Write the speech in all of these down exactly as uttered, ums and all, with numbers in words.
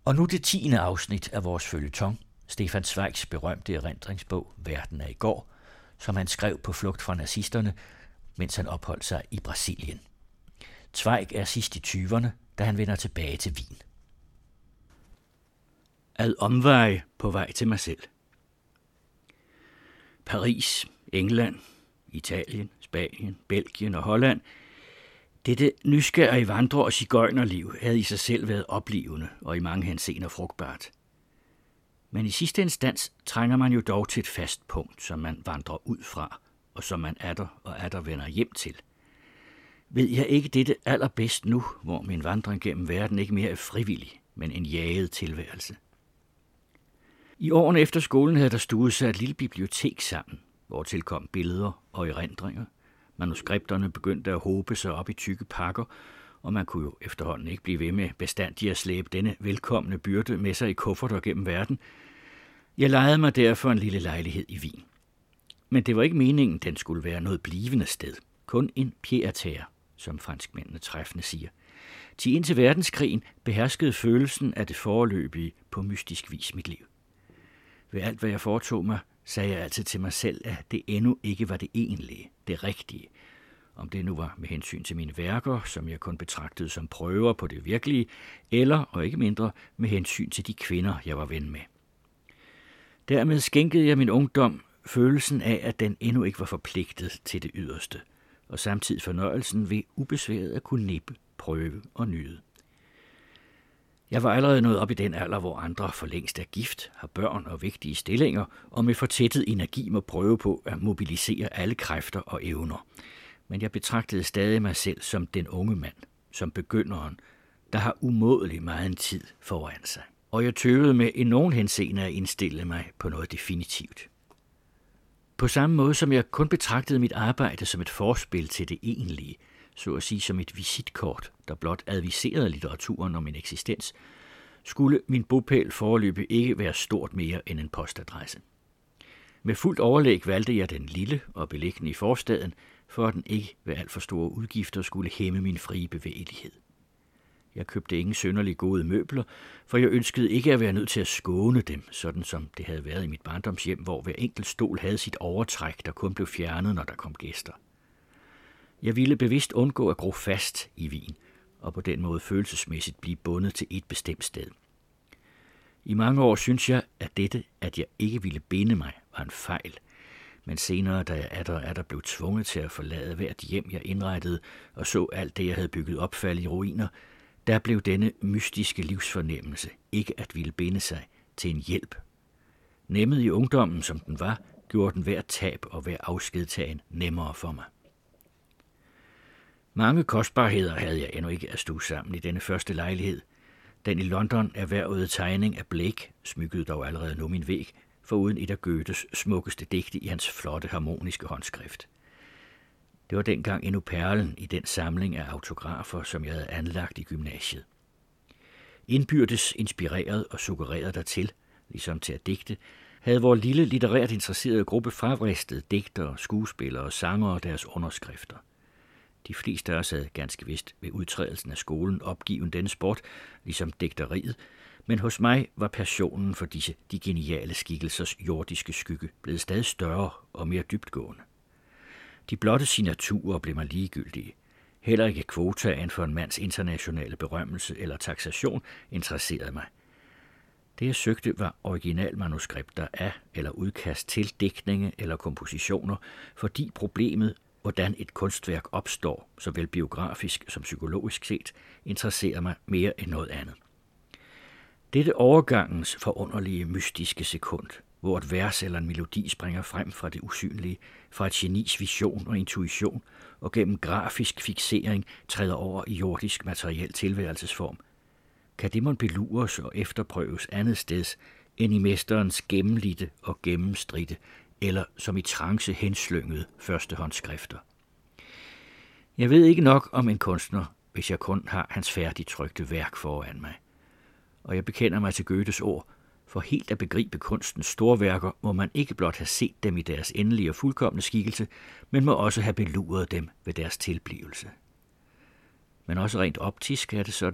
Og nu det tiende afsnit af vores føljeton, Stefan Zweigs berømte erindringsbog Verden af i går, som han skrev på flugt fra nazisterne, mens han opholdt sig i Brasilien. Zweig er sidst i tyverne, da han vender tilbage til Wien. Ad omveje på vej til mig selv. Paris, England, Italien, Spanien, Belgien og Holland. Dette nysgerrige vandre- og sigøjnerliv havde i sig selv været oplevende og i mange henseender frugtbart. Men i sidste instans trænger man jo dog til et fast punkt, som man vandrer ud fra, og som man atter og atter vender hjem til. Ved jeg ikke dette allerbedst nu, hvor min vandring gennem verden ikke mere er frivillig, men en jaget tilværelse. I årene efter skolen havde der stuet sig et lille bibliotek sammen, hvor tilkom billeder og erindringer. Manuskripterne begyndte at hobe sig op i tykke pakker, og man kunne jo efterhånden ikke blive ved med bestandigt at slæbe denne velkomne byrde med sig i kufferter gennem verden. Jeg lejede mig derfor en lille lejlighed i Wien. Men det var ikke meningen, den skulle være noget blivende sted. Kun en pied-à-terre, som franskmændene træffende siger. Til indtil verdenskrigen beherskede følelsen af det foreløbige på mystisk vis mit liv. Ved alt, hvad jeg foretog mig, sagde jeg altid til mig selv, at det endnu ikke var det egentlige, det rigtige. Om det nu var med hensyn til mine værker, som jeg kun betragtede som prøver på det virkelige, eller, og ikke mindre, med hensyn til de kvinder, jeg var ven med. Dermed skænkede jeg min ungdom følelsen af, at den endnu ikke var forpligtet til det yderste, og samtidig fornøjelsen ved ubesværet at kunne nippe, prøve og nyde. Jeg var allerede nået op i den alder, hvor andre for længst er gift, har børn og vigtige stillinger, og med fortættet energi må prøve på at mobilisere alle kræfter og evner. Men jeg betragtede stadig mig selv som den unge mand, som begynderen, der har umådelig meget en tid foran sig. Og jeg tøvede med i nogen henseende at indstille mig på noget definitivt. På samme måde som jeg kun betragtede mit arbejde som et forspil til det egentlige, så at sige som et visitkort, der blot adviserede litteraturen om min eksistens, skulle min bopæl foreløbig ikke være stort mere end en postadresse. Med fuldt overlæg valgte jeg den lille og beliggende i forstaden, for at den ikke ved alt for store udgifter skulle hæmme min frie bevægelighed. Jeg købte ingen synderligt gode møbler, for jeg ønskede ikke at være nødt til at skåne dem, sådan som det havde været i mit barndomshjem, hvor hver enkelt stol havde sit overtræk, der kun blev fjernet, når der kom gæster. Jeg ville bevidst undgå at gro fast i Wien, og på den måde følelsesmæssigt blive bundet til et bestemt sted. I mange år synes jeg, at dette, at jeg ikke ville binde mig, var en fejl, men senere, da jeg atter og atter blev tvunget til at forlade hvert hjem, jeg indrettede, og så alt det, jeg havde bygget op, falde i ruiner, der blev denne mystiske livsfornemmelse ikke at ville binde sig til en hjælp. Nemmet i ungdommen, som den var, gjorde den hver tab og hver afskedtagen nemmere for mig. Mange kostbarheder havde jeg endnu ikke at stue sammen i denne første lejlighed. Den i London erhvervede tegning af Blake smykkede dog allerede nu min væg, foruden et af Goethes smukkeste digte i hans flotte harmoniske håndskrift. Det var dengang endnu perlen i den samling af autografer, som jeg havde anlagt i gymnasiet. Indbyrdes inspireret og suggereret dertil, ligesom til at digte, havde vores lille litterært interesserede gruppe fravristet digtere, skuespillere og sangere og deres underskrifter. De fleste af os havde ganske vist ved udtrædelsen af skolen opgiven denne sport, ligesom digteriet, men hos mig var passionen for disse de geniale skikkelsers jordiske skygge blevet stadig større og mere dybtgående. De blotte signaturer blev mig ligegyldige. Heller ikke kvotaen for en mands internationale berømmelse eller taxation interesserede mig. Det jeg søgte var originalmanuskripter af eller udkast til digtninge eller kompositioner, fordi problemet, hvordan et kunstværk opstår, såvel biografisk som psykologisk set, interesserer mig mere end noget andet. Dette overgangens forunderlige, mystiske sekund, hvor et vers eller en melodi springer frem fra det usynlige, fra et genis vision og intuition, og gennem grafisk fiksering træder over i jordisk materiel tilværelsesform, kan det mon belures og efterprøves andet steds end i mesterens gennemlidte og gennemstridte, eller som i trance henslyngede førstehåndsskrifter. Jeg ved ikke nok om en kunstner, hvis jeg kun har hans færdigtrykte værk foran mig. Og jeg bekender mig til Goethes ord, for helt at begribe kunstens storværker må man ikke blot have set dem i deres endelige og fuldkomne skikkelse, men må også have beluret dem ved deres tilblivelse. Men også rent optisk er det sådan,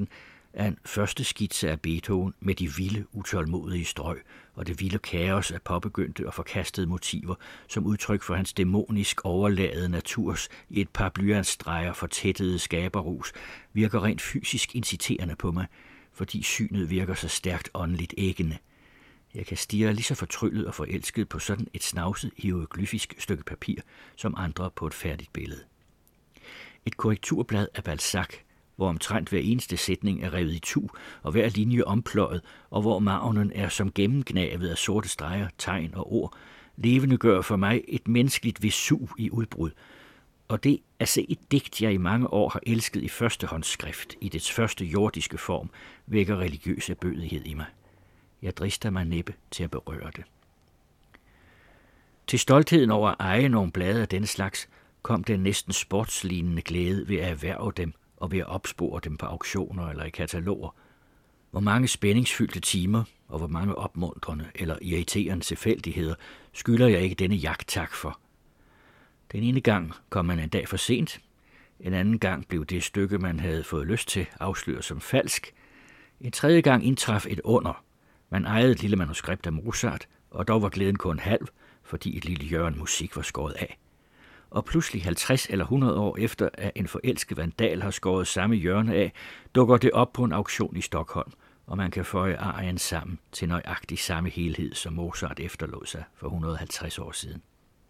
er en første skitse af Beethoven med de vilde, utålmodige strøg og det vilde kaos af påbegyndte og forkastede motiver, som udtryk for hans dæmonisk overladede naturs i et par blyantstreger fortættede skaberrus, virker rent fysisk inciterende på mig, fordi synet virker så stærkt åndeligt æggende. Jeg kan stirre lige så fortryllet og forelsket på sådan et snavset hieroglyfisk stykke papir, som andre på et færdigt billede. Et korrekturblad af Balzac, hvor omtrent hver eneste sætning er revet i tu, og hver linje ompløjet, og hvor margenen er som gennemgnavet af sorte streger, tegn og ord, levende gør for mig et menneskeligt Vesuv i udbrud. Og det at se et digt, jeg i mange år har elsket i førstehåndsskrift, i dets første jordiske form, vækker religiøs erbødighed i mig. Jeg drister mig næppe til at berøre det. Til stoltheden over at eje nogle blade af denne slags, kom den næsten sportslignende glæde ved at erhverve dem og ved at opspore dem på auktioner eller i kataloger. Hvor mange spændingsfyldte timer og hvor mange opmuntrende eller irriterende tilfældigheder skylder jeg ikke denne jagttak for. Den ene gang kom man en dag for sent, en anden gang blev det stykke, man havde fået lyst til, afsløret som falsk. En tredje gang indtraf et under. Man ejede et lille manuskript af Mozart, og dog var glæden kun halv, fordi et lille hjørne musik var skåret af. Og pludselig halvtreds eller hundrede år efter, at en forelsket vandal har skåret samme hjørne af, dukker det op på en auktion i Stockholm, og man kan føje arien sammen til nøjagtig samme helhed, som Mozart efterlod sig for et hundrede og halvtreds år siden.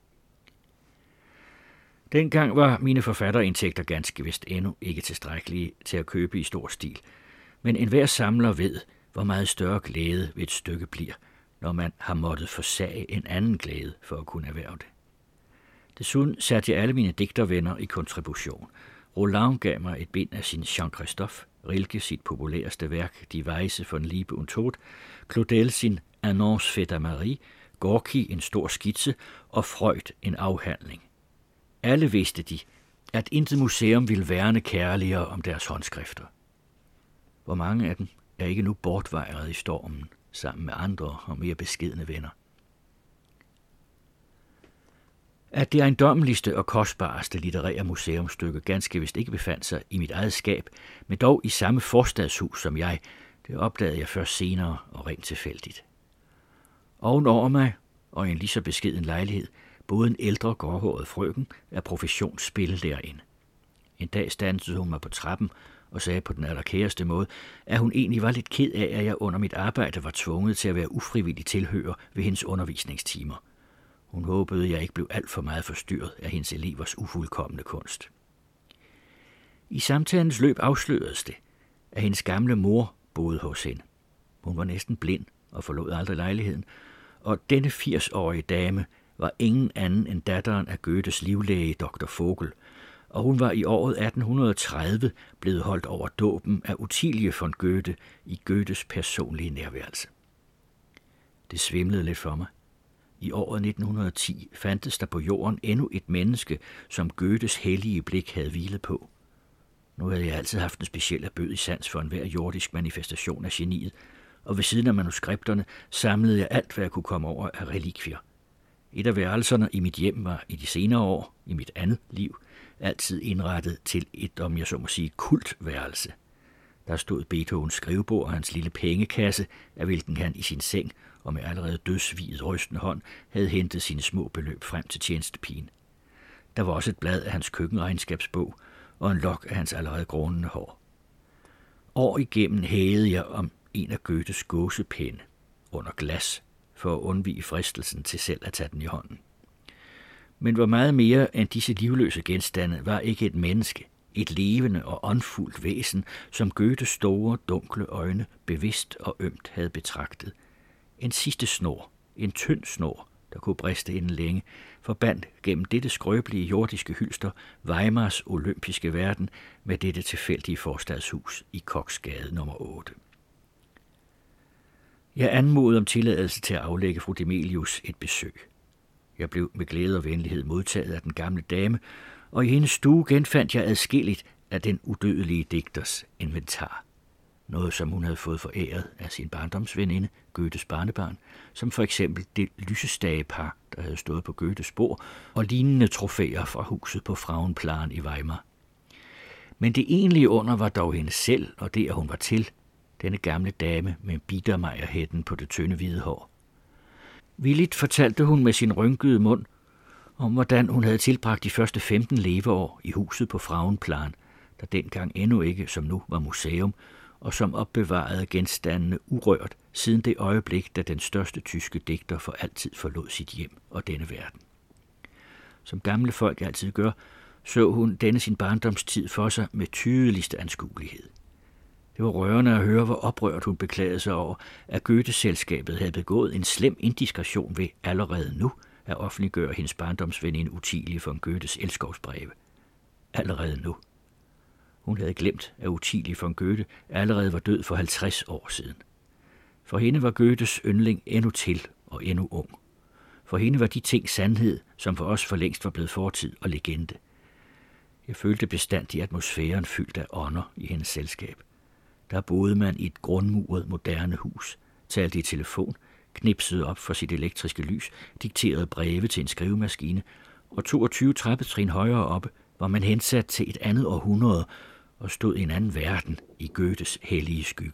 Dengang var mine forfatterindtægter ganske vist endnu ikke tilstrækkelige til at købe i stor stil, men enhver samler ved, hvor meget større glæde ved et stykke bliver, når man har måttet forsage en anden glæde for at kunne erhverve det. Desuden satte jeg alle mine digtervenner i kontribution. Roland gav mig et bind af sin Jean-Christophe, Rilke sit populæreste værk, Die Weise von Liebe und Tod, Claudel sin Annonce faite à Marie, Gorky en stor skitse og Freud en afhandling. Alle vidste de, at intet museum ville værne kærligere om deres håndskrifter. Hvor mange af dem er ikke nu bortvejret i stormen, sammen med andre og mere beskedne venner. At det ejendommeligste og kostbareste litterære museumstykke ganske vist ikke befandt sig i mit eget skab, men dog i samme forstadshus som jeg, det opdagede jeg først senere og rent tilfældigt. Ovenover mig, og i en lige så beskeden lejlighed, boede en ældre gråhåret frøken af profession spillelærerinde. En dag standsede hun mig på trappen og sagde på den allerkæreste måde, at hun egentlig var lidt ked af, at jeg under mit arbejde var tvunget til at være ufrivillig tilhører ved hendes undervisningstimer. Hun håbede, at jeg ikke blev alt for meget forstyrret af hendes elevers ufuldkomne kunst. I samtalens løb afsløredes det, at hendes gamle mor boede hos hende. Hun var næsten blind og forlod aldrig lejligheden, og denne firs-årige dame var ingen anden end datteren af Goethes livlæge, doktor Vogel, og hun var i året atten tredive blevet holdt over dåben af Ottilie von Goethe i Goethes personlige nærværelse. Det svimlede lidt for mig. I året nitten ti fandtes der på jorden endnu et menneske, som Goethes hellige blik havde hvilet på. Nu havde jeg altid haft en speciel erbødig sans for enhver jordisk manifestation af geniet, og ved siden af manuskripterne samlede jeg alt, hvad jeg kunne komme over af relikvier. Et af værelserne i mit hjem var i de senere år, i mit andet liv, altid indrettet til et, om jeg så må sige, kultværelse. Der stod Beethovens skrivebord og hans lille pengekasse, af hvilken han i sin seng og med allerede dødsviget rystende hånd havde hentet sine små beløb frem til tjenestepigen. Der var også et blad af hans køkkenregnskabsbog og en lok af hans allerede grånende hår. År igennem hævede jeg om en af Goethes gåsepenne under glas, for at undvige fristelsen til selv at tage den i hånden. Men hvor meget mere end disse livløse genstande var ikke et menneske, et levende og åndfuldt væsen, som Goethes store, dunkle øjne bevidst og ømt havde betragtet. En sidste snor, en tynd snor, der kunne briste inden længe, forbandt gennem dette skrøbelige jordiske hylster Weimars olympiske verden med dette tilfældige forstadshus i Koksgade nummer otte. Jeg anmodede om tilladelse til at aflægge fru Demelius et besøg. Jeg blev med glæde og venlighed modtaget af den gamle dame, og i hendes stue genfandt jeg adskilligt af den udødelige digters inventar. Noget, som hun havde fået foræret af sin barndomsveninde, Goethes barnebarn, som for eksempel det lysestagepar, der havde stået på Goethes bord, og lignende trofæer fra huset på Frauenplan i Weimar. Men det egentlige under var dog hende selv, og det, at hun var til, denne gamle dame med biedermejerhætten på det tynde hvide hår. Villigt fortalte hun med sin rynkede mund om, hvordan hun havde tilbragt de første femten leveår i huset på Frauenplan, der dengang endnu ikke som nu var museum, og som opbevarede genstandene urørt siden det øjeblik, da den største tyske digter for altid forlod sit hjem og denne verden. Som gamle folk altid gør, så hun denne sin barndomstid for sig med tydeligste anskuelighed. Det var rørende at høre, hvor oprørt hun beklagede sig over, at Goethe-selskabet havde begået en slem indiskretion ved allerede nu at offentliggøre hendes barndomsveninde Ottilie von Goethes elskovsbreve. Allerede nu. Hun havde glemt, at Ottilie von Goethe allerede var død for halvtreds år siden. For hende var Goethes yndling endnu til og endnu ung. For hende var de ting sandhed, som for os for længst var blevet fortid og legende. Jeg følte bestandig atmosfæren fyldt af ånder i hendes selskab. Der boede man i et grundmuret moderne hus, talte i telefon, knipsede op for sit elektriske lys, dikterede breve til en skrivemaskine, og toogtyve trappetrin højere oppe var man hensat til et andet århundrede og stod i en anden verden i Goethes hellige skygge.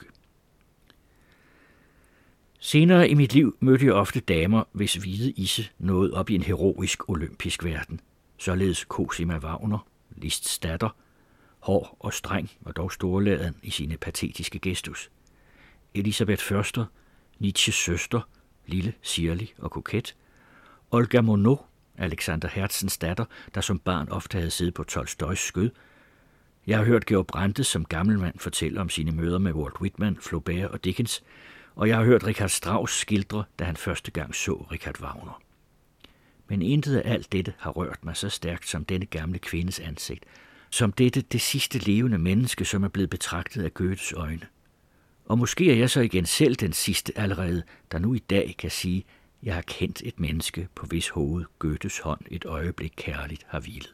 Senere i mit liv mødte jeg ofte damer, hvis hvide isse nåede op i en heroisk olympisk verden. Således Cosima Wagner, Liszts datter, hård og streng og dog storladen i sine patetiske gestus. Elisabeth Förster, Nietzsches søster, lille, sirlig og koket. Olga Monod, Alexander Hertzens datter, der som barn ofte havde siddet på Tolstojs skød. Jeg har hørt Georg Brandes som gammelmand fortælle om sine møder med Walt Whitman, Flaubert og Dickens, og jeg har hørt Richard Strauss skildre, da han første gang så Richard Wagner. Men intet af alt dette har rørt mig så stærkt som denne gamle kvindes ansigt, som dette det sidste levende menneske, som er blevet betragtet af Goethes øjne. Og måske er jeg så igen selv den sidste allerede, der nu i dag kan sige, jeg har kendt et menneske, på hvis hoved Goethes hånd et øjeblik kærligt har hvilet.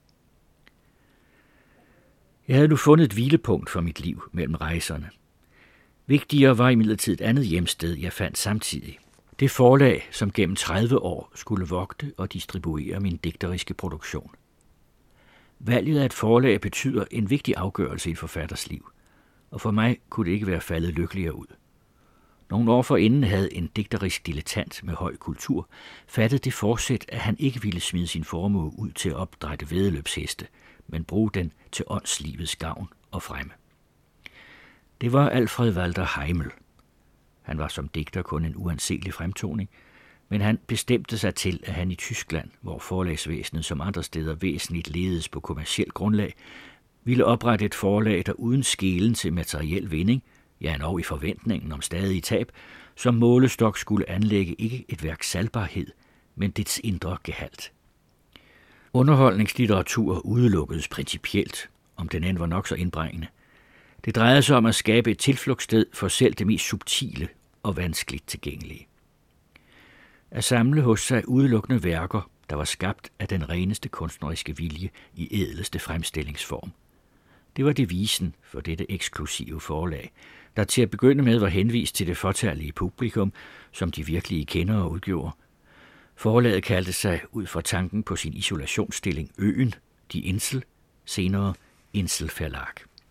Jeg havde nu fundet et hvilepunkt for mit liv mellem rejserne. Vigtigere var imidlertid et andet hjemsted, jeg fandt samtidig. Det forlag, som gennem tredive år skulle vogte og distribuere min digteriske produktion. Valget af et forlag betyder en vigtig afgørelse i en forfatters liv, og for mig kunne det ikke være faldet lykkeligere ud. Nogle år forinden havde en digterisk dilettant med høj kultur fattet det forsæt, at han ikke ville smide sin formue ud til at opdrætte væddeløbsheste, men bruge den til åndslivets gavn og fremme. Det var Alfred Walter Heimel. Han var som digter kun en uanselig fremtoning, men han bestemte sig til, at han i Tyskland, hvor forlagsvæsenet som andre steder væsentligt ledes på kommerciel grundlag, ville oprette et forlag, der uden skelen til materiel vinding, ja endog i forventningen om stadige tab, som målestok skulle anlægge ikke et værks salgbarhed, men dets indre gehalt. Underholdningslitteratur udelukkedes principielt, om den end var nok så indbringende. Det drejede sig om at skabe et tilflugtssted for selv det mest subtile og vanskeligt tilgængelige. At samle hos sig udelukkende værker, der var skabt af den reneste kunstneriske vilje i ædleste fremstillingsform. Det var devisen for dette eksklusive forlag, der til at begynde med var henvist til det fortallige publikum, som de virkelige kendere udgjorde. Forlaget kaldte sig ud fra tanken på sin isolationsstilling Øen, Die Insel, senere Insel Verlag.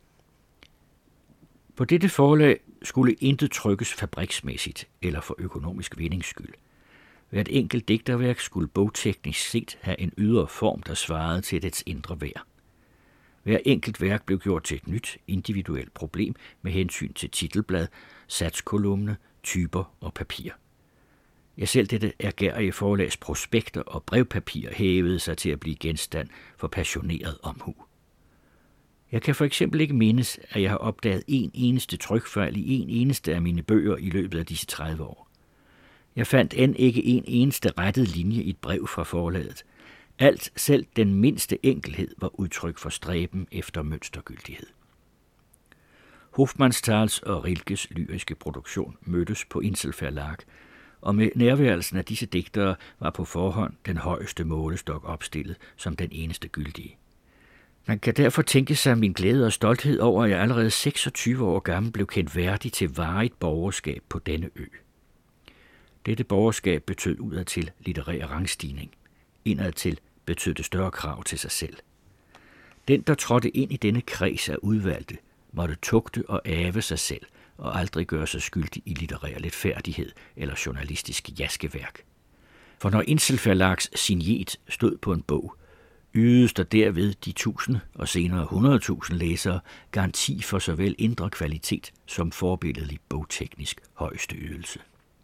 På dette forlag skulle intet trykkes fabriksmæssigt eller for økonomisk vindings skyld. Hvert enkelt digterværk skulle bogteknisk set have en ydre form, der svarede til dets indre vær. Hver enkelt værk blev gjort til et nyt, individuelt problem med hensyn til titelblad, satskolumne, typer og papir. Ja, selv dette ærgerrige forlags prospekter og brevpapir hævede sig til at blive genstand for passioneret omhu. Jeg kan for eksempel ikke mindes, at jeg har opdaget en eneste trykfejl i en eneste af mine bøger i løbet af disse tredive år. Jeg fandt end ikke en eneste rettet linje i et brev fra forlaget. Alt, selv den mindste enkelhed, var udtryk for stræben efter mønstergyldighed. Hofmannsthals og Rilkes lyriske produktion mødtes på Insel Verlag, og med nærværelsen af disse digtere var på forhånd den højeste målestok opstillet som den eneste gyldige. Man kan derfor tænke sig min glæde og stolthed over, at jeg allerede seksogtyve år gammel blev kendt værdig til varigt borgerskab på denne ø. Dette borgerskab betød udadtil litterær rangstigning. Indadtil betød det større krav til sig selv. Den, der trådte ind i denne kreds af udvalgte, måtte tugte og ave sig selv og aldrig gøre sig skyldig i litterær letfærdighed eller journalistisk jaskeværk. For når Inselverlags signet stod på en bog, ydedes der derved de tusinde og senere hundredtusind læsere garanti for såvel indre kvalitet som forbilledlig bogteknisk højeste ydelse.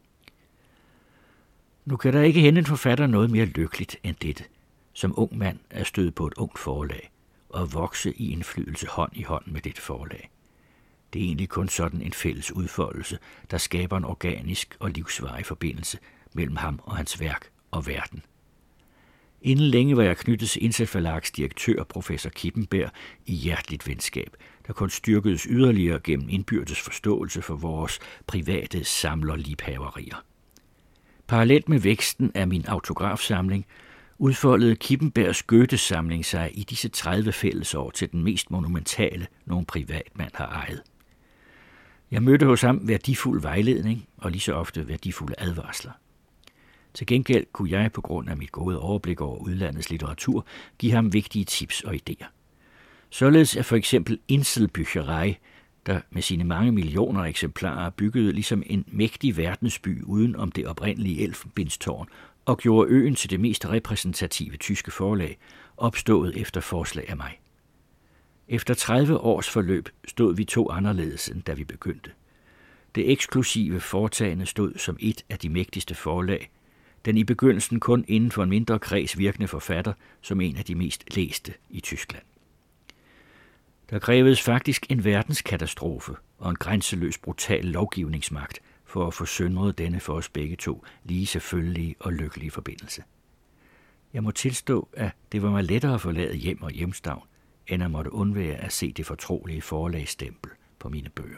Nu kan der ikke hende en forfatter noget mere lykkeligt end dette, som ung mand er stødt på et ungt forlag og vokse i indflydelse hånd i hånd med dette forlag. Det er egentlig kun sådan en fælles udfoldelse, der skaber en organisk og livsvarig forbindelse mellem ham og hans værk og verden. Inden længe var jeg knyttet til Inselverlags direktør, professor Kippenberg, i hjerteligt venskab, der kun styrkedes yderligere gennem indbyrdes forståelse for vores private samlerlibhaverier. Parallelt med væksten af min autografsamling, udfoldede Kippenbergs Goethe-samling sig i disse tredive fællesår til den mest monumentale, nogen privatmand har ejet. Jeg mødte hos ham værdifuld vejledning og lige så ofte værdifulde advarsler. Til gengæld kunne jeg på grund af mit gode overblik over udlandets litteratur give ham vigtige tips og idéer. Således er for eksempel Inselbücherei, der med sine mange millioner eksemplarer byggede ligesom en mægtig verdensby uden om det oprindelige Elfenbenstårn og gjorde øen til det mest repræsentative tyske forlag, opstået efter forslag af mig. Efter tredive års forløb stod vi to anderledes, end da vi begyndte. Det eksklusive foretagende stod som et af de mægtigste forlag, den i begyndelsen kun inden for en mindre kreds virkende forfatter som en af de mest læste i Tyskland. Der krævedes faktisk en verdenskatastrofe og en grænseløs brutal lovgivningsmagt for at få søndret denne for os begge to lige selvfølgelige og lykkelige forbindelse. Jeg må tilstå, at det var mig lettere at forlade hjem og hjemstavn, end at måtte undvære at se det fortrolige forlagsstempel på mine bøger.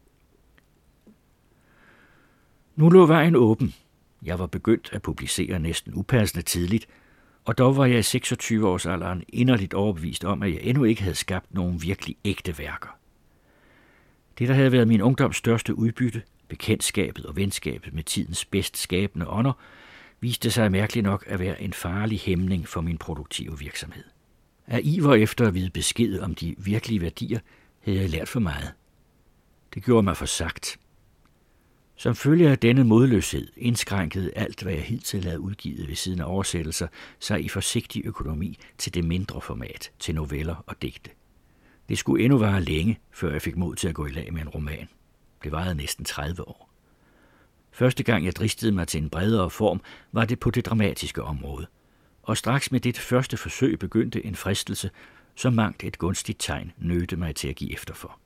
Nu lå vejen åben. Jeg var begyndt at publicere næsten upassende tidligt, og dog var jeg i seksogtyve års alderen inderligt overbevist om, at jeg endnu ikke havde skabt nogen virkelig ægte værker. Det, der havde været min ungdoms største udbytte, bekendtskabet og venskabet med tidens bedst skabende ånder, viste sig mærkeligt nok at være en farlig hæmning for min produktive virksomhed. Af iver efter at vide besked om de virkelige værdier, havde jeg lært for meget. Det gjorde mig forsagt. Som følge af denne modløshed indskrænkede alt, hvad jeg hidtil havde udgivet ved siden af oversættelser, sig i forsigtig økonomi til det mindre format, til noveller og digte. Det skulle endnu vare længe, før jeg fik mod til at gå i lag med en roman. Det varede næsten tredive år. Første gang jeg dristede mig til en bredere form, var det på det dramatiske område. Og straks med dette første forsøg begyndte en fristelse, som mangt et gunstigt tegn nødte mig til at give efter for.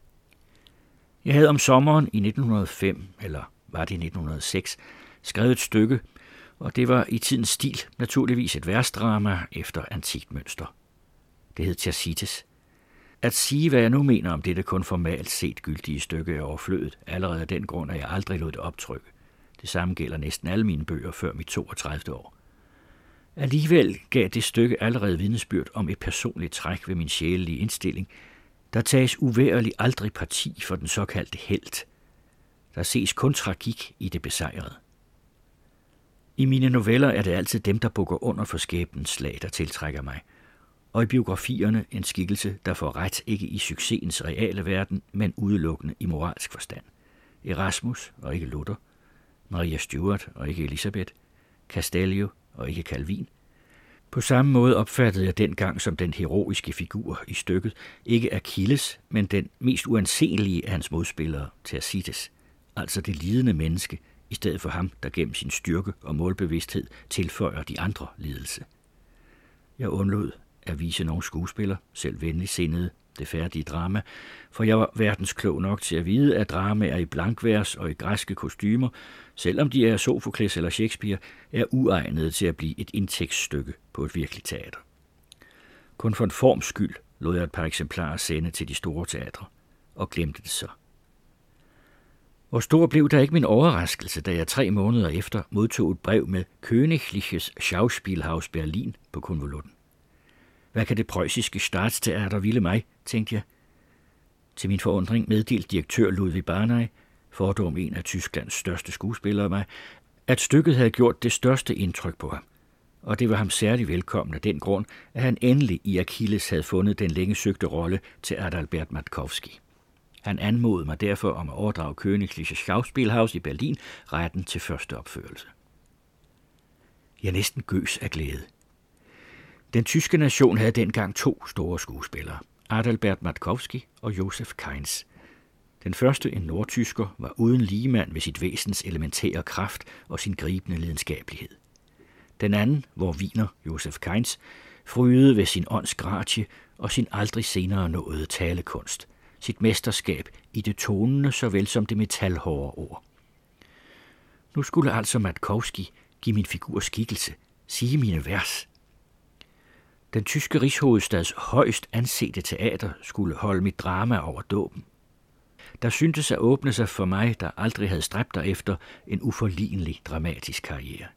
Jeg havde om sommeren i nitten hundrede og fem, eller var det i nitten hundrede og seks, skrevet et stykke, og det var i tidens stil naturligvis et versdrama efter antikt mønster. Det hed Thersites. At sige, hvad jeg nu mener om dette kun formalt set gyldige stykke er overflødet, allerede af den grund, at jeg aldrig lod det optrykke. Det samme gælder næsten alle mine bøger før mit toogtredive år. Alligevel gav det stykke allerede vidnesbyrd om et personligt træk ved min sjælelige indstilling. Der tages uværligt aldrig parti for den såkaldte helt. Der ses kun tragik i det besejrede. I mine noveller er det altid dem, der bukker under for skæbnens slag, der tiltrækker mig. Og i biografierne en skikkelse, der får ret ikke i succesens reale verden, men udelukkende i moralsk forstand. Erasmus og ikke Luther, Maria Stuart og ikke Elisabeth, Castellio og ikke Calvin. På samme måde opfattede jeg dengang som den heroiske figur i stykket ikke Achilles, men den mest uanselige af hans modspillere, Thersites, altså det lidende menneske, i stedet for ham, der gennem sin styrke og målbevidsthed tilføjer de andre lidelse. Jeg undlod at vise nogle skuespillere, selv venligsindede, det færdige drama, for jeg var verdensklog nok til at vide, at dramaer i blankvers og i græske kostymer, selvom de er Sofokles eller Shakespeare, er uegnede til at blive et indtægtsstykke på et virkeligt teater. Kun for en forms skyld lod jeg et par eksemplarer sende til de store teatre, og glemte det så. Hvor stor blev der ikke min overraskelse, da jeg tre måneder efter modtog et brev med Königliches Schauspielhaus Berlin på konvolutten. Hvad kan det preussiske statsteater ville mig, tænkte jeg. Til min forundring meddelte direktør Ludwig Barnay, fordom en af Tysklands største skuespillere, mig, at stykket havde gjort det største indtryk på ham, og det var ham særlig velkommen af den grund, at han endelig i Achilles havde fundet den længe søgte rolle til Adalbert Matkowski. Han anmodede mig derfor om at overdrage Königsliches Schauspielhaus i Berlin retten til første opførelse. Jeg næsten gøs af glæde. Den tyske nation havde dengang to store skuespillere, Adalbert Matkowski og Joseph Kainz. Den første, en nordtysker, var uden ligemand ved sit væsens elementære kraft og sin gribende lidenskabelighed. Den anden, vor wiener Joseph Kainz, frydede ved sin ånds gratie og sin aldrig senere nåede talekunst, sit mesterskab i det tonende såvel som det metalhårde ord. Nu skulle altså Matkowski give min figur skikkelse, sige mine vers. Den tyske rigshovedstads højst ansete teater skulle holde mit drama over dåben. Der syntes at åbne sig for mig, der aldrig havde stræbt derefter, en uforlignelig dramatisk karriere.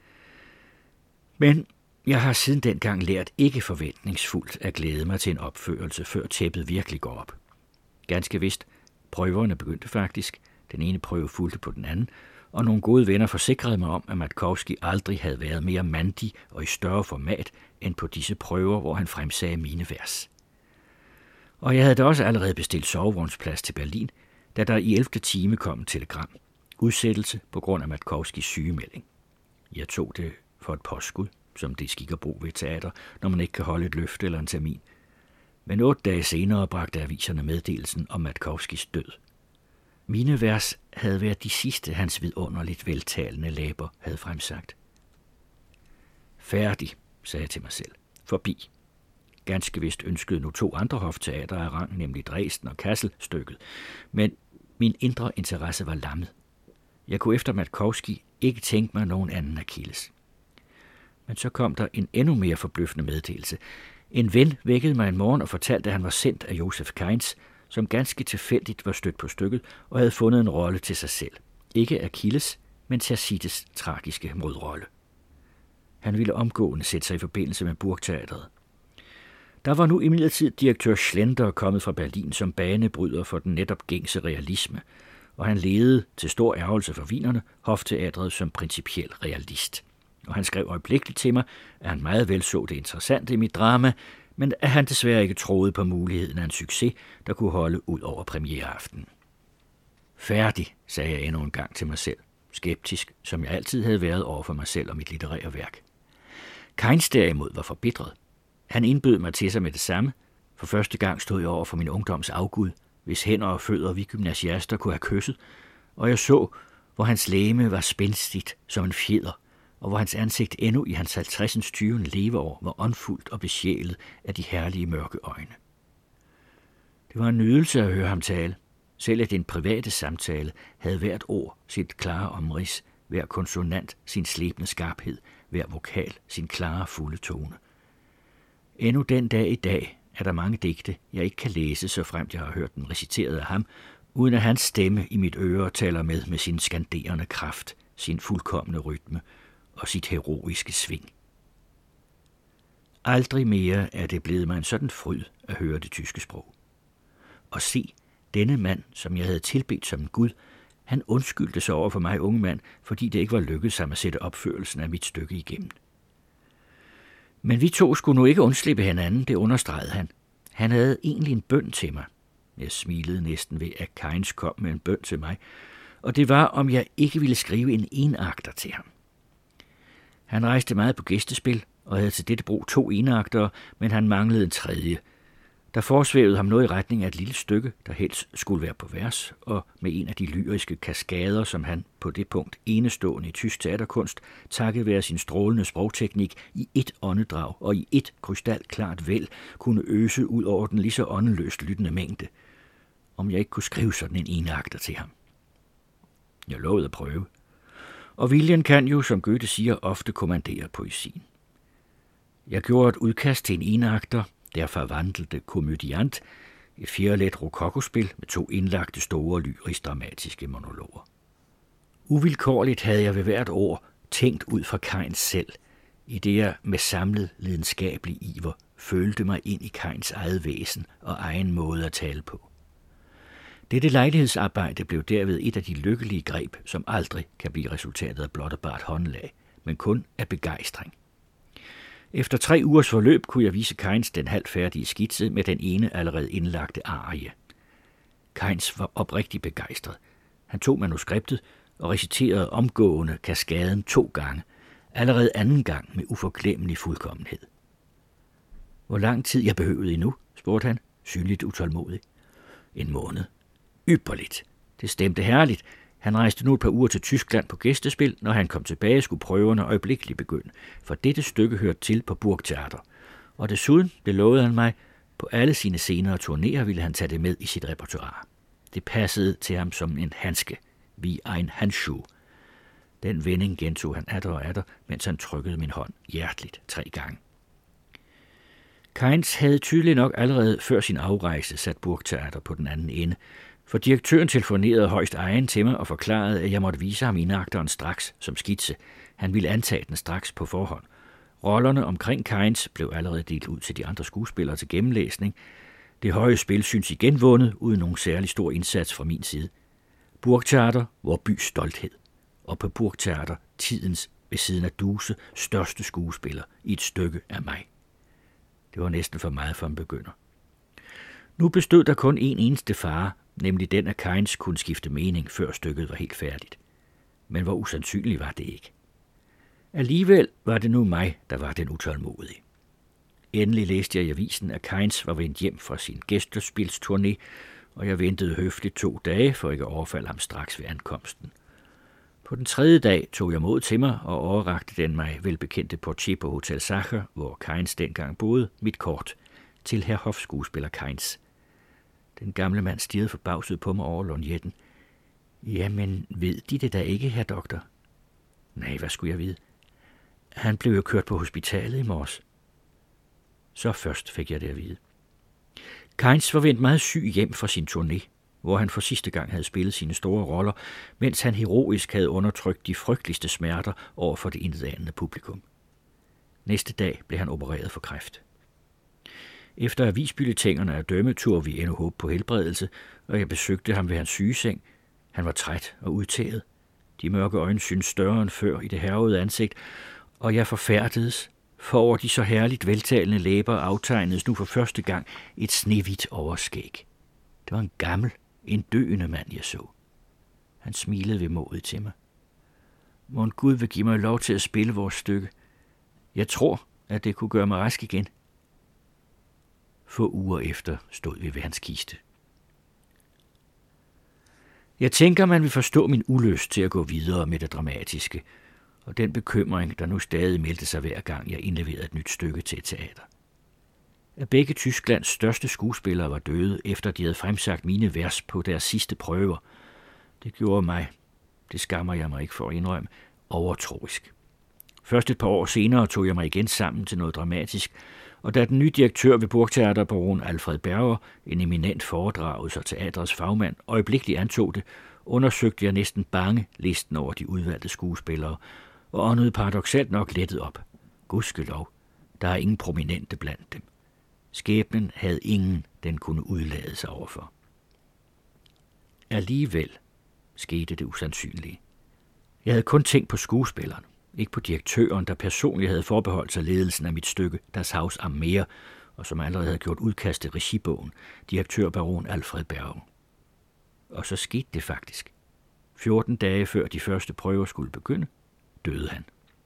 Men jeg har siden dengang lært ikke forventningsfuldt at glæde mig til en opførelse, før tæppet virkelig går op. Ganske vist, prøverne begyndte faktisk, den ene prøve fulgte på den anden, og nogle gode venner forsikrede mig om, at Matkowski aldrig havde været mere mandig og i større format end på disse prøver, hvor han fremsagde mine vers. Og jeg havde da også allerede bestilt sovevognsplads til Berlin, da der i ellevte time kom en telegram. Udsættelse på grund af Matkowskis sygemelding. Jeg tog det for et påskud, som det skik at bruge ved teater, når man ikke kan holde et løfte eller en termin. Men otte dage senere bragte aviserne meddelelsen om Matkowskis død. Mine vers havde været de sidste, hans vidunderligt veltalende læber havde fremsagt. Færdig, sagde jeg til mig selv. Forbi. Ganske vist ønskede nu to andre hofteater af rang, nemlig Dresden og Kassel, stykket. Men min indre interesse var lammet. Jeg kunne efter Matkowski ikke tænke mig nogen anden Achilles. Men så kom der en endnu mere forbløffende meddelelse. En ven vækkede mig en morgen og fortalte, at han var sendt af Joseph Kainz, som ganske tilfældigt var stødt på stykket og havde fundet en rolle til sig selv. Ikke Achilles, men Thersites tragiske modrolle. Han ville omgående sætte sig i forbindelse med Burgteatret. Der var nu imidlertid direktør Schlender kommet fra Berlin som banebryder for den netop gængse realisme, og han ledede, til stor ærgelse for wienerne, hofteatret som principiel realist. Og han skrev øjeblikkeligt til mig, at han meget vel så det interessante i mit drama, men at han desværre ikke troede på muligheden af en succes, der kunne holde ud over premiereaftenen. Færdig, sagde jeg endnu en gang til mig selv, skeptisk, som jeg altid havde været over for mig selv og mit litterære værk. Kainz derimod var forbitret. Han indbød mig til sig med det samme. For første gang stod jeg over for min ungdoms afgud, hvis hænder og fødder vi gymnasiaster kunne have kysset, og jeg så, hvor hans legeme var spændstigt som en fjeder, og hvor hans ansigt endnu i hans halvtredsens tyvende leveår var åndfuldt og besjælet af de herlige mørke øjne. Det var en nydelse at høre ham tale. Selv at den private samtale havde hvert ord sit klare omrids, hver konsonant sin slebende skarphed, hver vokal sin klare fulde tone. Endnu den dag i dag er der mange digte, jeg ikke kan læse, så fremt jeg har hørt den reciteret af ham, uden at hans stemme i mit øre taler med med sin skanderende kraft, sin fuldkomne rytme og sit heroiske sving. Aldrig mere er det blevet mig en sådan fryd at høre det tyske sprog. Og se, denne mand, som jeg havde tilbedt som en gud, han undskyldte sig over for mig, unge mand, fordi det ikke var lykkedes ham at sætte opførelsen af mit stykke igennem. Men vi to skulle nu ikke undslippe hinanden, det understregede han. Han havde egentlig en bøn til mig. Jeg smilede næsten ved, at Kainz kom med en bøn til mig, og det var, om jeg ikke ville skrive en enakter til ham. Han rejste meget på gæstespil, og havde til dette brug to enaktere, men han manglede en tredje. Der forsvævede ham noget i retning af et lille stykke, der helst skulle være på vers, og med en af de lyriske kaskader, som han på det punkt enestående i tysk teaterkunst, takket være sin strålende sprogteknik, i ét åndedrag og i ét krystalklart væld, kunne øse ud over den lige så åndeløst lyttende mængde. Om jeg ikke kunne skrive sådan en enakter til ham. Jeg lovede at prøve. Og viljen kan jo, som Goethe siger, ofte kommandere poesien. Jeg gjorde et udkast til en enakter, der forvandlede komödiant, et fjerlet rokokospil med to indlagte store lyrisk-dramatiske monologer. Uvilkårligt havde jeg ved hvert ord tænkt ud fra Kainz selv, i det jeg med samlet lidenskabelig iver følte mig ind i Kainz eget væsen og egen måde at tale på. Dette lejlighedsarbejde blev derved et af de lykkelige greb, som aldrig kan blive resultatet af blot og bart håndlag, men kun af begejstring. Efter tre ugers forløb kunne jeg vise Kainz den halvfærdige skitse med den ene allerede indlagte arie. Kainz var oprigtig begejstret. Han tog manuskriptet og reciterede omgående kaskaden to gange, allerede anden gang med uforglemmelig fuldkommenhed. Hvor lang tid jeg behøvede endnu, spurgte han, synligt utålmodig. En måned. Ypperligt. Det stemte herligt. Han rejste nu et par uger til Tyskland på gæstespil. Når han kom tilbage, skulle prøverne øjeblikkeligt begynde, for dette stykke hørte til på Burgtheater. Og desuden, det lovede han mig, på alle sine senere turnéer ville han tage det med i sit repertoire. Det passede til ham som en handske, wie ein Handschuh. Den vending gentog han atter og atter, mens han trykkede min hånd hjerteligt tre gange. Kainz havde tydeligt nok allerede før sin afrejse sat Burgtheater på den anden ende, for direktøren telefonerede højst egen til mig og forklarede, at jeg måtte vise ham indagteren straks som skitse. Han ville antage den straks på forhånd. Rollerne omkring Kainz blev allerede delt ud til de andre skuespillere til gennemlæsning. Det høje spil synes igen vundet, uden nogen særlig stor indsats fra min side. Burgtheater, vor bys stolthed. Og på Burgtheater, tidens ved siden af Duse, største skuespiller i et stykke af mig. Det var næsten for meget for en begynder. Nu bestod der kun en eneste fare, nemlig den, at Kainz kunne skifte mening, før stykket var helt færdigt. Men hvor usandsynligt var det ikke. Alligevel var det nu mig, der var den utålmodige. Endelig læste jeg i avisen, at Kainz var vendt hjem fra sin gæstespilsturné, og jeg ventede høfligt to dage, for ikke at overfalde ham straks ved ankomsten. På den tredje dag tog jeg mod til mig og overrakte den mig velbekendte portier på Hotel Sacher, hvor Kainz dengang boede, mit kort, til herr hofskuespiller Kainz. Den gamle mand stirrede forbavset på mig over lorgnetten. Jamen, ved de det da ikke, herr doktor? Nej, hvad skulle jeg vide? Han blev jo kørt på hospitalet i morges. Så først fik jeg det at vide. Kainz var vendt meget syg hjem fra sin turné, hvor han for sidste gang havde spillet sine store roller, mens han heroisk havde undertrykt de frygteligste smerter over for det intetanende publikum. Næste dag blev han opereret for kræft. Efter avisbulletænerne af dømme turde vi endnu håb på helbredelse, og jeg besøgte ham ved hans sygeseng. Han var træt og udtæret. De mørke øjne syntes større end før i det hærgede ansigt, og jeg forfærdedes, for over de så herligt veltalende læber aftegnedes nu for første gang et snehvidt overskæg. Det var en gammel, en døende mand, jeg så. Han smilede vemodigt til mig. Mon Gud vil give mig lov til at spille vores stykke. Jeg tror, at det kunne gøre mig rask igen. Få uger efter stod vi ved hans kiste. Jeg tænker, man vil forstå min ulyst til at gå videre med det dramatiske, og den bekymring, der nu stadig meldte sig hver gang, jeg indleverede et nyt stykke til et teater. At begge Tysklands største skuespillere var døde, efter de havde fremsagt mine vers på deres sidste prøver, det gjorde mig, det skammer jeg mig ikke for at indrømme, overtroisk. Først et par år senere tog jeg mig igen sammen til noget dramatisk, og da den nye direktør ved Burgtheater, baron Alfred Berger, en eminent foredragelse og teatrets fagmand, øjeblikkeligt antog det, undersøgte jeg næsten bange listen over de udvalgte skuespillere, og åndede paradoksalt nok lettet op. Gudskelov, der er ingen prominente blandt dem. Skæbnen havde ingen, den kunne udlade sig overfor. Alligevel skete det usandsynlige. Jeg havde kun tænkt på skuespilleren, ikke på direktøren, der personligt havde forbeholdt sig ledelsen af mit stykke Das Haus am Meer, og som allerede havde gjort udkast til regibogen, direktør baron Alfred Berger. Og så skete det faktisk. fjorten dage før de første prøver skulle begynde, døde han.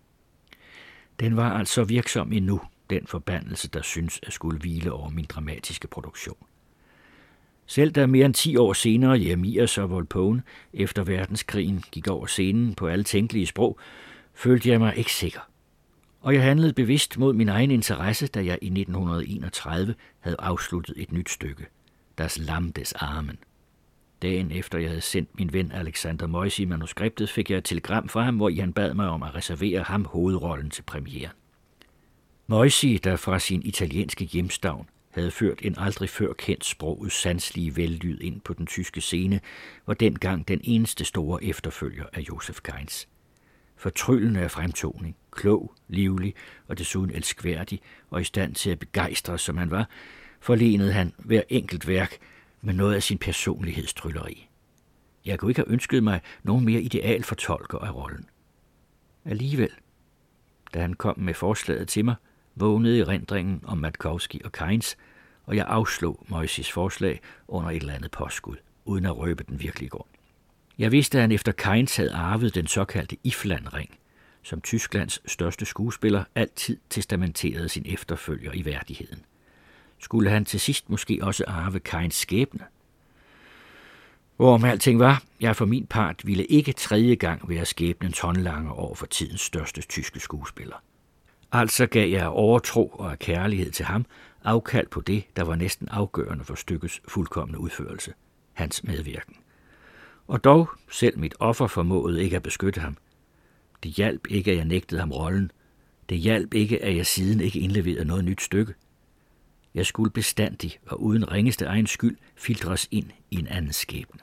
Den var altså virksom endnu, den forbandelse, der synes at skulle hvile over min dramatiske produktion. Selv da mere end ti år senere Jeremias og Volpone efter verdenskrigen gik over scenen på alle tænkelige sprog, følte jeg mig ikke sikker. Og jeg handlede bevidst mod min egen interesse, da jeg i nitten enogtredive havde afsluttet et nyt stykke, Das Lamm des Armen. Dagen efter jeg havde sendt min ven Alexander Moisy manuskriptet, fik jeg et telegram fra ham, hvor han bad mig om at reservere ham hovedrollen til premieren. Moisy, der fra sin italienske hjemstavn havde ført en aldrig før kendt sprogets sanselige vellyd ind på den tyske scene, var dengang den eneste store efterfølger af Joseph Kainz. Fortryllende af fremtoning, klog, livlig og desuden elskværdig og i stand til at begejstre, som han var, forlenede han hver enkelt værk med noget af sin personlighedstrylleri. Jeg kunne ikke have ønsket mig nogen mere ideal fortolker af rollen. Alligevel, da han kom med forslaget til mig, vågnede erindringen om Matkowski og Kainz, og jeg afslog Moisis forslag under et eller andet påskud, uden at røbe den virkelige grund. Jeg vidste, at han efter Kainz havde arvet den såkaldte Ifland-ring, som Tysklands største skuespiller altid testamenterede sin efterfølger i værdigheden. Skulle han til sidst måske også arve Kainz skæbne? Hvorom alting var, jeg for min part ville ikke tredje gang være skæbnens håndlanger over for tidens største tyske skuespiller. Altså gav jeg af overtro og af kærlighed til ham afkald på det, der var næsten afgørende for stykkets fuldkomne udførelse, hans medvirken. Og dog, selv mit offer formåede ikke at beskytte ham. Det hjalp ikke, at jeg nægtede ham rollen. Det hjalp ikke, at jeg siden ikke indleverede noget nyt stykke. Jeg skulle bestandig og uden ringeste egen skyld filtres ind i en anden skæbne.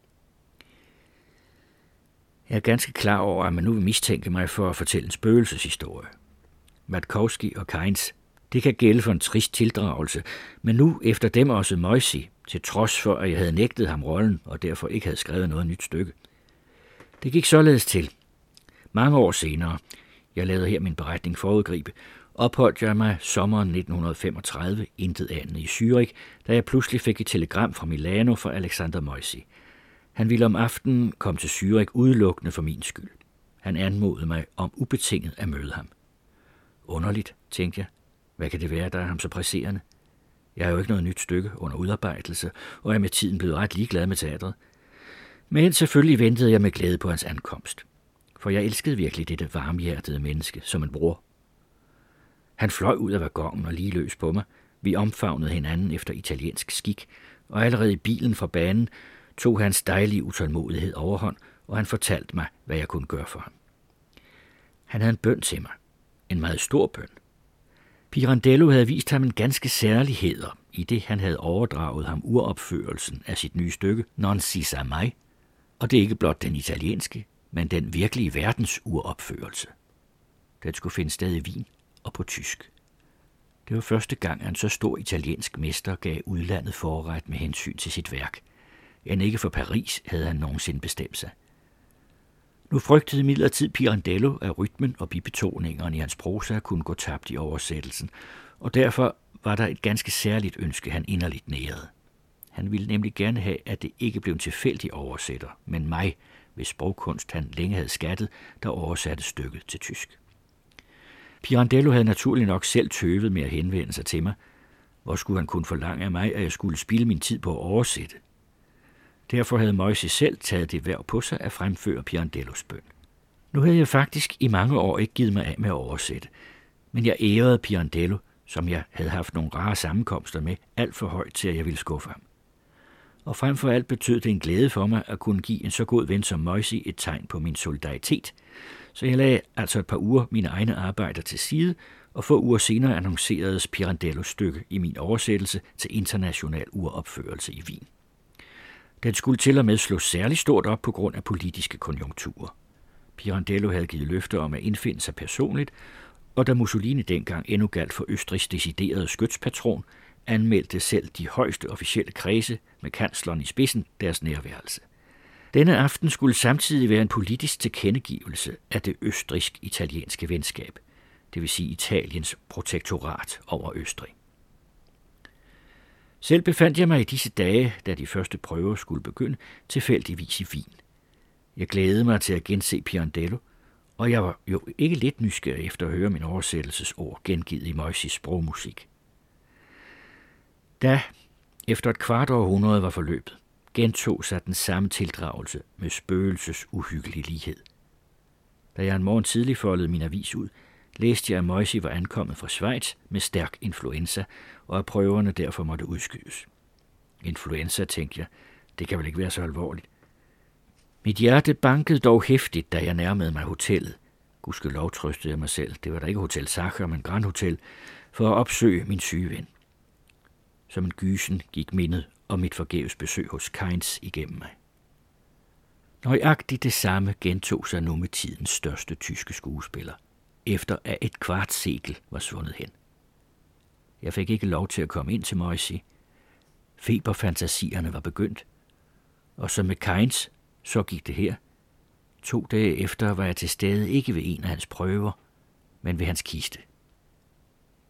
Jeg er ganske klar over, at man nu vil mistænke mig for at fortælle en spøgelseshistorie. Matkowski og Kainz, det kan gælde for en trist tildragelse, men nu efter dem også Moisi, til trods for, at jeg havde nægtet ham rollen og derfor ikke havde skrevet noget nyt stykke. Det gik således til. Mange år senere, jeg lavede her min beretning forudgribe, opholdt jeg mig sommeren nitten femogtredive intet andet i Zürich, da jeg pludselig fik et telegram fra Milano fra Alexander Moisi. Han ville om aftenen komme til Zürich udelukkende for min skyld. Han anmodede mig om ubetinget at møde ham. Underligt, tænkte jeg. Hvad kan det være, der er ham så presserende? Jeg har jo ikke noget nyt stykke under udarbejdelse, og er med tiden blevet ret ligeglad med teatret. Men selvfølgelig ventede jeg med glæde på hans ankomst, for jeg elskede virkelig dette varmhjertede menneske som en bror. Han fløj ud af vagonen og lige løs på mig. Vi omfavnede hinanden efter italiensk skik, og allerede i bilen fra banen tog hans dejlige utålmodighed overhånd, og han fortalte mig, hvad jeg kunne gøre for ham. Han havde en bøn til mig. En meget stor bøn. Pirandello havde vist ham en ganske særlig heder, i det han havde overdraget ham uropførelsen af sit nye stykke, Non si sa mai, og det er ikke blot den italienske, men den virkelige verdens uropførelse. Den skulle finde sted i Wien og på tysk. Det var første gang, at en så stor italiensk mester gav udlandet forret med hensyn til sit værk. End ikke for Paris havde han nogensinde bestemt sig. Nu frygtede imidlertid Pirandello, at rytmen og bibetoningerne i hans prosa kunne gå tabt i oversættelsen, og derfor var der et ganske særligt ønske, han inderligt nærede. Han ville nemlig gerne have, at det ikke blev en tilfældig oversætter, men mig, hvis sprogkunst han længe havde skattet, der oversatte stykket til tysk. Pirandello havde naturligt nok selv tøvet med at henvende sig til mig. Hvor skulle han kunne forlange af mig, at jeg skulle spilde min tid på at oversætte? Derfor havde Moisi selv taget det værv på sig at fremføre Pirandellos bøn. Nu havde jeg faktisk i mange år ikke givet mig af med at oversætte, men jeg ærede Pirandello, som jeg havde haft nogle rare sammenkomster med, alt for højt til, at jeg ville skuffe ham. Og frem for alt betød det en glæde for mig at kunne give en så god ven som Moisi et tegn på min solidaritet, så jeg lagde altså et par uger mine egne arbejder til side, og få uger senere annonceredes Pirandellos stykke i min oversættelse til international uropførelse i Wien. Den skulle til og med slå særligt stort op på grund af politiske konjunkturer. Pirandello havde givet løfter om at indfinde sig personligt, og da Mussolini dengang endnu galt for Østrigs deciderede skytspatron, anmeldte selv de højeste officielle kredse med kansleren i spidsen deres nærværelse. Denne aften skulle samtidig være en politisk tilkendegivelse af det østrigsk-italienske venskab, det vil sige Italiens protektorat over Østrig. Selv befandt jeg mig i disse dage, da de første prøver skulle begynde, tilfældigvis i Wien. Jeg glædede mig til at gense Pirandello, og jeg var jo ikke lidt nysgerrig efter at høre min oversættelsesord gengivet i Moisis sprogmusik. Da, efter et kvart århundrede var forløbet, gentog sig den samme tildragelse med spøgelses uhyggelig lighed. Da jeg en morgen tidlig foldede min avis ud, læste jeg, at Moisi var ankommet fra Schweiz med stærk influenza, og at prøverne derfor måtte udskydes. Influenza, tænkte jeg, det kan vel ikke være så alvorligt. Mit hjerte bankede dog hæftigt, da jeg nærmede mig hotellet. Gudskelov trøstede jeg mig selv, det var da ikke Hotel Sacher, men Grand Hotel, for at opsøge min syge ven. Som en gysen gik mindet om mit forgæves besøg hos Kainz igennem mig. Nøjagtigt det samme gentog sig nu med tidens største tyske skuespiller, efter at et kvart sekel var svundet hen. Jeg fik ikke lov til at komme ind til Moisi. Feberfantasierne var begyndt, og som med Kainz, så gik det her. To dage efter var jeg til stede ikke ved en af hans prøver, men ved hans kiste.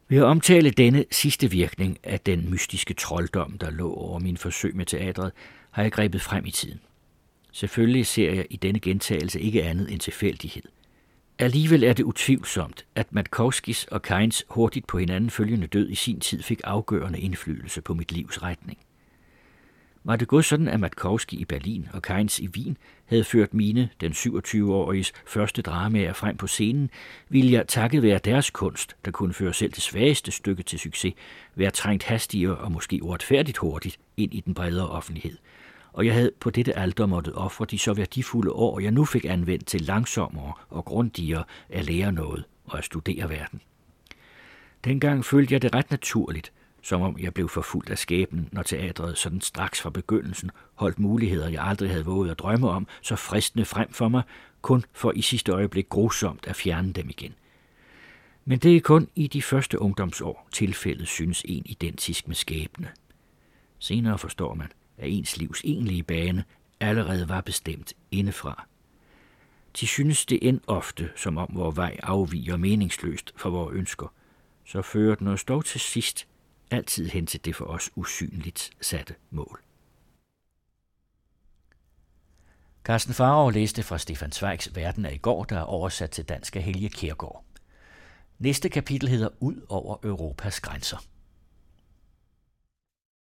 Ved at omtale denne sidste virkning af den mystiske trolddom, der lå over mine forsøg med teatret, har jeg grebet frem i tiden. Selvfølgelig ser jeg i denne gentagelse ikke andet end tilfældighed. Alligevel er det utvivlsomt, at Matkowskis og Kains hurtigt på hinanden følgende død i sin tid fik afgørende indflydelse på mit livs retning. Var det gået sådan, at Matkowski i Berlin og Kains i Wien havde ført mine, den syvogtyve-åriges, første dramaer frem på scenen, ville jeg takket være deres kunst, der kunne føre selv det svageste stykke til succes, være trængt hastigere og måske uretfærdigt hurtigt ind i den bredere offentlighed. Og jeg havde på dette alter måttet ofre de så værdifulde år, jeg nu fik anvendt til langsommere og grundigere at lære noget og at studere verden. Dengang følte jeg det ret naturligt, som om jeg blev forfulgt af skæbnen, når teatret sådan straks fra begyndelsen holdt muligheder, jeg aldrig havde våget at drømme om, så fristende frem for mig, kun for i sidste øjeblik grusomt at fjerne dem igen. Men det er kun i de første ungdomsår, tilfældet synes en identisk med skæbne. Senere forstår man, at ens livs egentlige bane allerede var bestemt indefra. De synes det end ofte, som om vor vej afviger meningsløst for vores ønsker, så fører den os dog til sidst altid hen til det for os usynligt satte mål. Karsten Pharao læste fra Stefan Zweigs Verden af i går, der er oversat til dansk af Helge Kjærgaard. Næste kapitel hedder Ud over Europas grænser.